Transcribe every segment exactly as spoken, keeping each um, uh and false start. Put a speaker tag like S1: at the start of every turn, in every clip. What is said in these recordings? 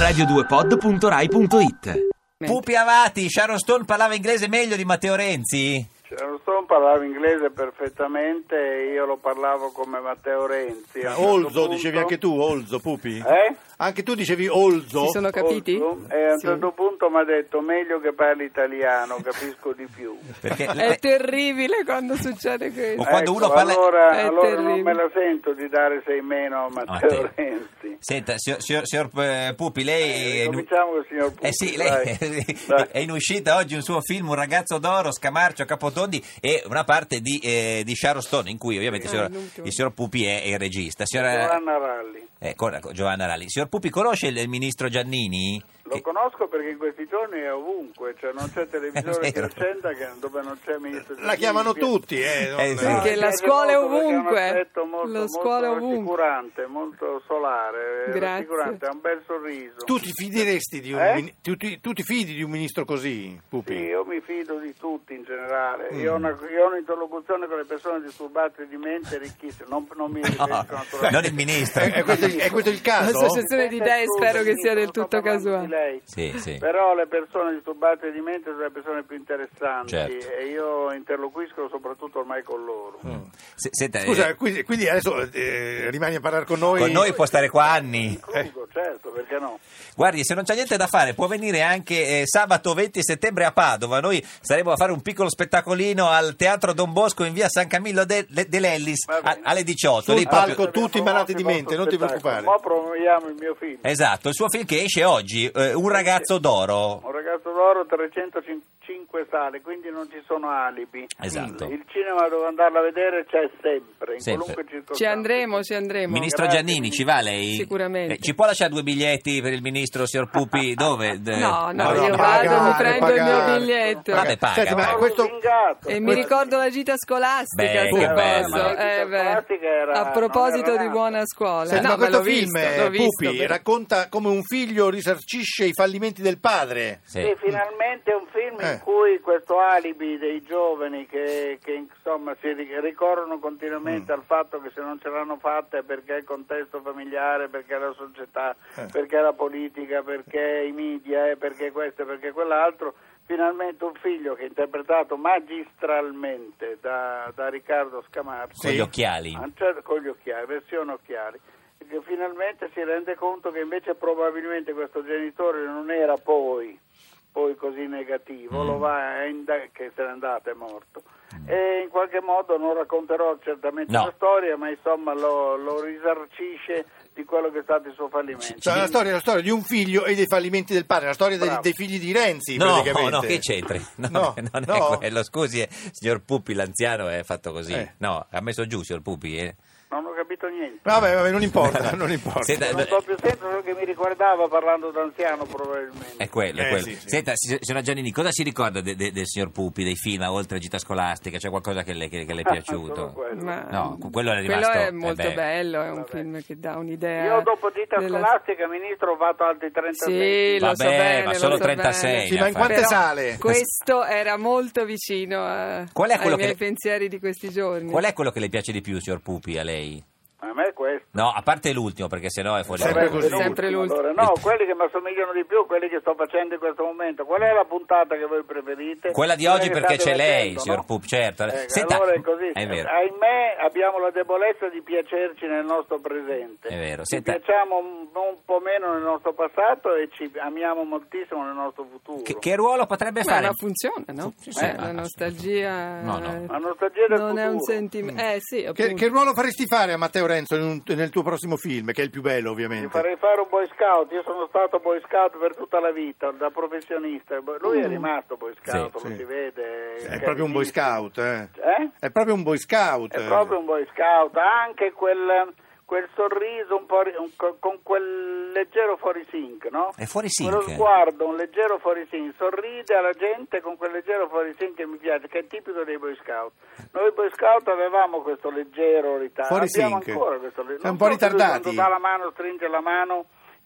S1: radio due pod punto rai punto it.
S2: Pupi Avati, Sharon Stone parlava inglese meglio di Matteo Renzi?
S3: Sharon Stone parlava inglese perfettamente e io lo parlavo come Matteo Renzi. A un certo
S4: Olzo,
S3: punto...
S4: dicevi anche tu, Olzo, Pupi?
S3: Eh?
S4: Anche tu dicevi Olzo?
S5: Si sono capiti?
S3: Olzo, e a un
S5: Sì.
S3: certo punto mi ha detto meglio che parli italiano, capisco di più.
S2: Perché
S5: È terribile quando succede questo.
S2: O quando
S3: Ecco,
S2: uno parla-
S3: allora,
S5: È
S3: allora non
S5: terribile.
S3: me la sento di dare sei meno a Matteo
S2: Matteo.
S3: Renzi.
S2: Senta, signor, signor, signor eh, Pupi, lei...
S3: Eh, cominciamo con il signor Pupi.
S2: Eh sì,
S3: dai.
S2: lei
S3: Dai.
S2: è in uscita oggi un suo film, Un ragazzo d'oro, Scamarcio, Capotondi, e una parte di, eh, di Sharon Stone, in cui ovviamente il
S5: Ah,
S2: signor,
S5: l'ultimo.
S2: il signor Pupi è, è il regista. Signora,
S3: Giovanna Ralli.
S2: eh, con- con Giovanna Ralli. Signor Pupi, conosce il, il ministro Giannini?
S3: Lo
S2: Che-
S3: conosco perché in questi giorni è ovunque, cioè non c'è televisore
S2: È
S3: che
S2: vero.
S3: accenda che, dove non c'è ministro
S4: La chiamano
S3: Giannini.
S4: tutti, eh? non-
S2: Eh, sì.
S5: Perché
S3: Mi
S5: la
S3: piace
S5: scuola è
S3: molto perché
S5: ovunque.
S3: Ha un aspetto molto,
S5: La
S3: molto
S5: scuola è ovunque.
S3: rassicurante, molto solare,
S5: Grazie.
S3: rassicurante, ha un bel sorriso.
S4: Tu ti fideresti di un
S3: Eh?
S4: mini- tu, ti, tu ti fidi di un ministro così, Pupi?
S3: Sì, io mi fido di tutti in generale.
S4: Mm.
S3: Io, ho una, io ho un'interlocuzione con le persone disturbate di mente ricchissima. Non, non mi riferisco
S2: No,
S3: naturalmente.
S2: non il ministro.
S4: È, è questo, il- è questo il caso?
S5: L'associazione di idee spero che sia del tutto casuale.
S3: Lei.
S2: Sì, sì.
S3: Però le persone disturbate di mente sono le persone più interessanti
S2: Certo.
S3: e io interloquisco soprattutto ormai con loro.
S2: Se- senta,
S4: Scusa,
S2: eh,
S4: quindi, quindi adesso eh, rimani a parlare con noi?
S2: con noi può stare qua anni.
S3: Incluso, certo, perché no?
S2: Guardi, se non c'è niente da fare, può venire anche eh, sabato venti settembre a Padova. Noi saremo a fare un piccolo spettacolino al Teatro Don Bosco in via San Camillo de, de- dell'Ellis
S3: Va bene.
S2: a- alle diciotto.
S4: Sul
S2: Lì
S4: palco
S2: proprio-
S4: tutti malati di mente, non ti preoccupare.
S3: Ma promuoviamo il mio film.
S2: Esatto, il suo film che esce oggi, eh, Un ragazzo d'oro.
S3: Un ragazzo d'oro, trecentocinque sale, quindi non ci sono alibi.
S2: Esatto.
S3: Il cinema dove andarlo a vedere c'è sempre, in
S2: Sempre.
S3: qualunque circostanza.
S5: Ci andremo, ci andremo.
S2: Ministro
S3: Grazie,
S2: Giannini,
S3: Ministro.
S2: ci va lei?
S5: Sicuramente.
S2: Eh, ci può lasciare due biglietti per il ministro, signor Pupi? Dove? De-
S5: No, no,
S4: No, no,
S5: io
S4: pagare,
S5: vado, mi prendo il mio
S4: pagare.
S5: biglietto.
S2: Vabbè, paga,
S4: Senti, ma
S2: paga.
S4: questo-
S3: Lungato.
S5: E mi ricordo la gita scolastica,
S2: Beh,
S5: se
S2: che
S5: posso.
S2: bello.
S3: Ma la gita
S5: Eh, beh.
S3: scolastica era-
S5: A proposito
S3: non era
S5: di
S3: nata.
S5: buona scuola.
S4: Senti,
S5: No,
S4: ma questo
S5: l'ho
S4: film,
S5: visto,
S4: eh,
S5: l'ho visto,
S4: Pupi,
S5: però.
S4: racconta come un figlio risarcisce i fallimenti del padre.
S2: Sì.
S3: Sì, finalmente è un film
S4: Eh.
S3: in cui questo alibi dei giovani che, che insomma si ri- ricorrono continuamente al fatto che se non ce l'hanno fatta è perché il contesto familiare, perché la società,
S4: Eh.
S3: perché la politica, perché i media, eh, perché questo e perché quell'altro. Finalmente un figlio che è interpretato magistralmente da, da Riccardo Scamarcio,
S2: Con gli occhiali.
S3: a un certo- con gli occhiali, versione occhiali, che finalmente si rende conto che invece probabilmente questo genitore non era poi, poi così negativo,
S2: Mm.
S3: lo va a inda- che se n'è andato, è morto. E in qualche modo non racconterò certamente
S2: No.
S3: la storia, ma insomma lo, lo risarcisce di quello che è stato il suo fallimento.
S4: Cioè, la storia, la storia di un figlio e dei fallimenti del padre, la storia dei,
S3: Bravo.
S4: dei figli di Renzi,
S2: No,
S4: praticamente.
S2: no, che c'entri? No,
S4: No,
S2: non
S4: no.
S2: è quello. Scusi, eh, signor Pupi, l'anziano è fatto così.
S4: Eh.
S2: No, ha messo giù, signor Pupi. Eh.
S3: Non ho capito niente.
S4: Vabbè, vabbè, non importa, non importa.
S2: Senta,
S3: Non so più sempre quello che mi ricordava parlando d'anziano probabilmente.
S2: È quello, è
S4: Eh,
S2: quello.
S4: sì, sì.
S2: Senta, si- signora Giannini, cosa si ricorda de- de- del signor Pupi, dei film, oltre a Gita Scolastica? C'è qualcosa che le, che- che le è
S3: Solo
S2: piaciuto?
S3: quello.
S5: Ma-
S2: No, quello è
S5: Quello
S2: rimasto...
S5: è
S2: eh
S5: molto
S2: beh.
S5: bello, è un
S3: Vabbè.
S5: film che dà un'idea.
S3: Io dopo Gita
S5: della-
S3: Scolastica, ministro, ho fatto altri trentasei.
S5: Sì, lo
S2: Vabbè,
S5: so bene,
S2: ma
S5: lo
S2: solo
S5: so
S2: trentasei.
S5: bene.
S4: Sì, ma in
S2: Però
S4: quante sale?
S5: Questo era molto vicino a-
S2: Qual è
S5: ai
S2: quello che
S5: miei
S2: le-
S5: pensieri di questi giorni.
S2: Qual è quello che le piace di più, signor Pupi, a lei?
S3: A me è questo.
S2: No, a parte l'ultimo, perché sennò è fuori...
S4: Sempre
S3: Vabbè,
S4: così.
S3: l'ultimo,
S5: Sempre l'ultimo.
S3: allora. No, quelli che mi assomigliano di più, quelli che sto facendo in questo momento. Qual è la puntata che voi preferite?
S2: Quella di oggi
S3: che
S2: perché
S3: state
S2: c'è lei,
S3: facendo,
S2: signor
S3: no?
S2: Pupi, certo.
S3: Ecco,
S2: Senta,
S3: allora è così.
S2: è vero.
S3: Ahimè abbiamo la debolezza di piacerci nel nostro presente.
S2: È vero.
S3: Ci
S2: Senta-
S3: piacciamo un, un po' meno nel nostro passato e ci amiamo moltissimo nel nostro futuro.
S2: Che, che ruolo potrebbe
S5: Ma
S2: fare?
S5: ma funziona, no?
S2: Sì, sì,
S5: Eh,
S2: ma-
S5: la nostalgia
S2: No, no.
S3: La nostalgia del
S5: non è un
S3: futuro.
S5: sentimento. Eh sì,
S4: Che,
S5: appunto.
S4: che ruolo faresti fare a Matteo Renzo in un- nel tuo prossimo film, che è il più bello,
S3: Mi
S4: ovviamente?
S3: farei fare un boy scout, io sono stato boy scout per tutta la vita, da professionista. Lui è rimasto boy scout,
S2: Sì,
S3: lo
S4: sì.
S3: si vede.
S4: È proprio un boy scout, eh?
S3: Eh?
S4: È proprio un boy scout.
S3: È proprio un boy scout, ha anche quel, quel sorriso un po' ri- un- con quel leggero fuori sync, no?
S2: È fuori sync.
S3: Quello sguardo, un leggero fuori sync, sorride alla gente con quel leggero fuori sync che mi piace, che è tipico dei boy scout. Noi boy scout avevamo questo leggero ritardo,
S4: Fuori
S3: abbiamo
S4: sync.
S3: ancora questo leggero.
S4: Siamo un po' ritardati.
S3: Quando dà la mano, stringe la mano,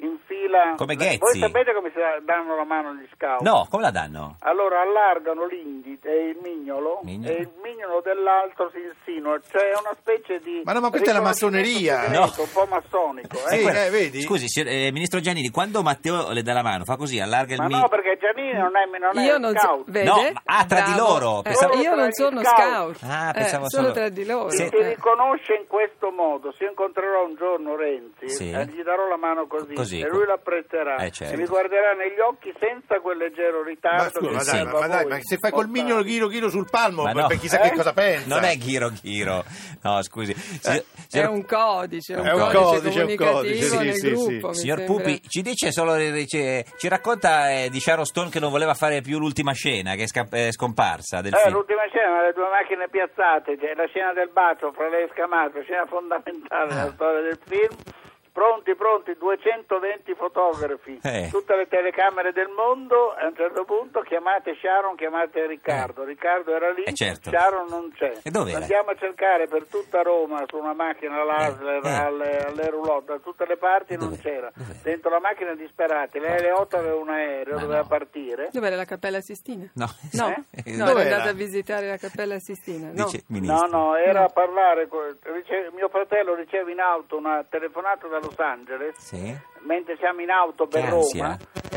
S3: in fila.
S2: Come
S3: Voi
S2: Ghezzi.
S3: sapete come si danno la mano agli scout?
S2: No, come la danno?
S3: Allora allargano l'indice e il mignolo,
S2: Mignolo.
S3: e il mignolo dell'altro si insinua, cioè è una specie di
S4: Ma no, ma questa è la massoneria.
S3: riconoscimento
S2: No.
S3: un po' massonico, eh?
S4: Sì,
S2: que-
S4: eh, vedi?
S2: Scusi, signor- eh, ministro Giannini, quando Matteo le dà la mano, fa così, allarga il
S3: Ma
S2: mi-
S3: no, perché Giannini non è, non è
S5: Io non so,
S3: scout.
S5: vede?
S2: No, ma- ah, tra di
S5: Bravo.
S2: loro,
S5: Eh,
S2: pensavo-
S5: io non
S3: Solo
S5: sono
S3: tra gli
S5: scout.
S2: Ah,
S5: Eh,
S2: pensavo
S5: solo
S2: solo-
S5: tra di loro.
S2: Sì.
S3: Si
S5: Eh.
S3: riconosce in questo modo. Se io incontrerò un giorno Renzi,
S2: Sì.
S3: eh, gli darò la mano così,
S2: Così,
S3: e
S2: co-
S3: lui l'apprezzerà
S2: Eh, certo.
S3: e mi guarderà negli occhi senza quel leggero
S4: Ma,
S3: ritardo
S4: scusa,
S3: che
S4: ma, dai,
S3: serve
S4: ma,
S3: a
S4: ma dai,
S3: voi.
S4: ma se fai col
S3: Portare.
S4: mignolo ghiro ghiro sul palmo,
S2: Ma no.
S4: beh, chissà
S3: Eh?
S4: che cosa pensa.
S2: Non è ghiro ghiro, no scusi. Signor,
S5: È
S2: signor-
S5: un codice, è un,
S4: È un
S5: codice,
S4: codice, è un
S5: comunicativo
S4: codice, sì,
S5: nel
S4: sì,
S5: gruppo. mi
S2: signor
S5: sembra.
S2: Pupi, ci dice solo, ci, ci racconta eh, di Sharon Stone che non voleva fare più l'ultima scena, che è, sca- è scomparsa del
S3: Eh,
S2: film.
S3: l'ultima scena, le due macchine piazzate, cioè la scena del bacio fra lei e Scamato, scena fondamentale
S2: Ah.
S3: nella storia del film. Pronti, pronti, duecentoventi fotografi,
S2: Eh.
S3: tutte le telecamere del mondo, a un certo punto chiamate Sharon, chiamate Riccardo, Riccardo era lì,
S2: Eh, certo.
S3: Sharon non c'è.
S2: E dov'era?
S3: Andiamo a cercare per tutta Roma su una macchina laser,
S2: Eh, eh.
S3: alle, alle roulotte, da tutte le parti
S2: E
S3: non
S2: dov'era?
S3: c'era.
S2: Dov'era?
S3: Dentro la macchina disperati, lei alle otto aveva un aereo,
S2: Ma
S3: doveva
S2: no.
S3: partire.
S5: Dov'era la Cappella Sistina?
S2: No.
S5: No,
S2: Eh?
S5: no,
S4: Dov'era?
S5: era andata a visitare la Cappella Sistina. No.
S2: Dice, ministro.
S3: No, no, era a parlare, co- rice- mio fratello riceve in auto una telefonata da Los Angeles,
S2: Sì.
S3: mentre siamo in auto per
S2: Che
S3: Roma,
S2: ansia.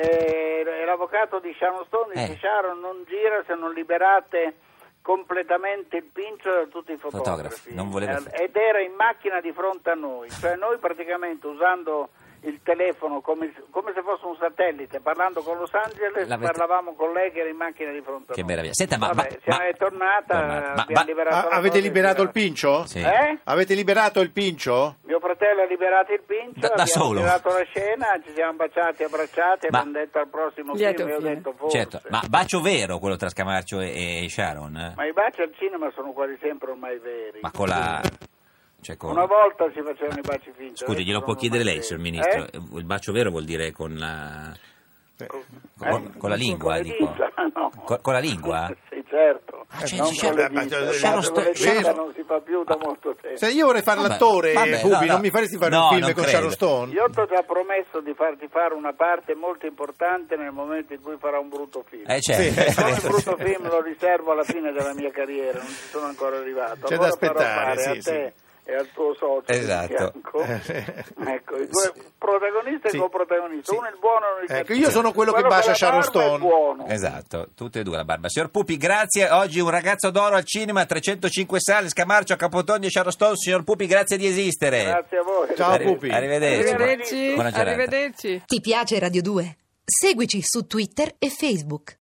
S3: e, e l'avvocato di Sharon Stone dice
S2: Eh.
S3: Sharon non gira se non liberate completamente il pincio da tutti i fotografi,
S2: Fotografi, non voleva
S3: Eh, ed era in macchina di fronte a noi, cioè noi praticamente usando il telefono come, come se fosse un satellite, parlando con Los Angeles,
S2: L'avete-
S3: parlavamo con lei che era in macchina di fronte a
S2: Che
S3: noi.
S2: meraviglia. Senta, ma-
S3: Vabbè,
S2: ma-
S3: siamo
S2: ma-
S3: è tornata,
S2: tornata. Ma-
S3: abbiamo
S2: ma-
S3: liberato
S4: Ah,
S3: la
S4: avete
S3: cosa
S4: liberato il
S3: liberata.
S4: pincio?
S2: Sì.
S3: Eh?
S4: Avete liberato il pincio?
S3: Mio fratello ha liberato il pincio,
S2: Da- da
S3: abbiamo
S2: solo?
S3: liberato la scena, ci siamo baciati e abbracciati,
S2: Ma-
S3: abbiamo detto al prossimo
S5: Lieto
S3: film, io ho
S5: fine.
S3: detto forse.
S2: Certo, ma bacio vero quello tra Scamarcio e, e Sharon? eh?
S3: Ma i baci al cinema sono quasi sempre ormai veri.
S2: Ma con la... Cioè con...
S3: Una volta si facevano i baci finti.
S2: Scusi,
S3: adesso
S2: glielo può
S3: sono
S2: chiedere
S3: ormai
S2: lei, signor
S3: veri.
S2: Ministro.
S3: Eh?
S2: Il bacio vero vuol dire con la...
S4: Eh.
S2: Con, con la lingua,
S3: Con le
S2: dico.
S3: dita, no.
S2: Con, con la lingua?
S3: Sì, certo.
S2: Ah, cioè,
S3: non
S2: dice-
S3: con le
S4: ma-
S3: dita.
S4: ma-
S3: Il
S2: Sharon
S3: bacio con le
S2: Stone-
S3: dita
S4: Sharon-
S3: non si fa più da molto tempo.
S4: Se io vorrei fare
S2: Vabbè,
S4: l'attore,
S2: vabbè,
S4: Pupi,
S2: no, no.
S4: non mi faresti fare
S2: No,
S4: un film
S2: non
S4: con
S2: credo.
S4: Sharon Stone?
S3: Io ti ho già promesso di farti fare una parte molto importante nel momento in cui farà un brutto film.
S2: Eh, certo.
S4: Sì.
S3: No, il brutto film lo riservo alla fine della mia carriera, non ci sono ancora arrivato.
S4: C'è
S3: Allora
S4: da aspettare,
S3: farò fare
S4: sì,
S3: a te
S4: sì.
S3: e al tuo socio di
S2: Esatto.
S3: fianco. Ecco, i due protagonisti
S4: Sì.
S3: e coprotagonista,
S4: Sì.
S3: uno è il buono e uno è il
S4: Ecco,
S3: cattivo.
S4: io sono quello che
S3: con
S4: bacia
S3: la
S4: Sharon
S3: barba è
S4: Stone.
S3: buono.
S2: Esatto, tutte e due la barba. Signor Pupi, grazie. Oggi un ragazzo d'oro al cinema, trecentocinque sale, Scamarcio, Capotogni e Sharon Stone. Signor Pupi, grazie di esistere.
S3: Grazie a voi.
S4: Ciao,
S2: Arri-
S4: Pupi.
S2: Arrivederci.
S5: Arrivederci.
S2: Buona giornata.
S5: Arrivederci.
S6: Ti piace Radio due? Seguici su Twitter e Facebook.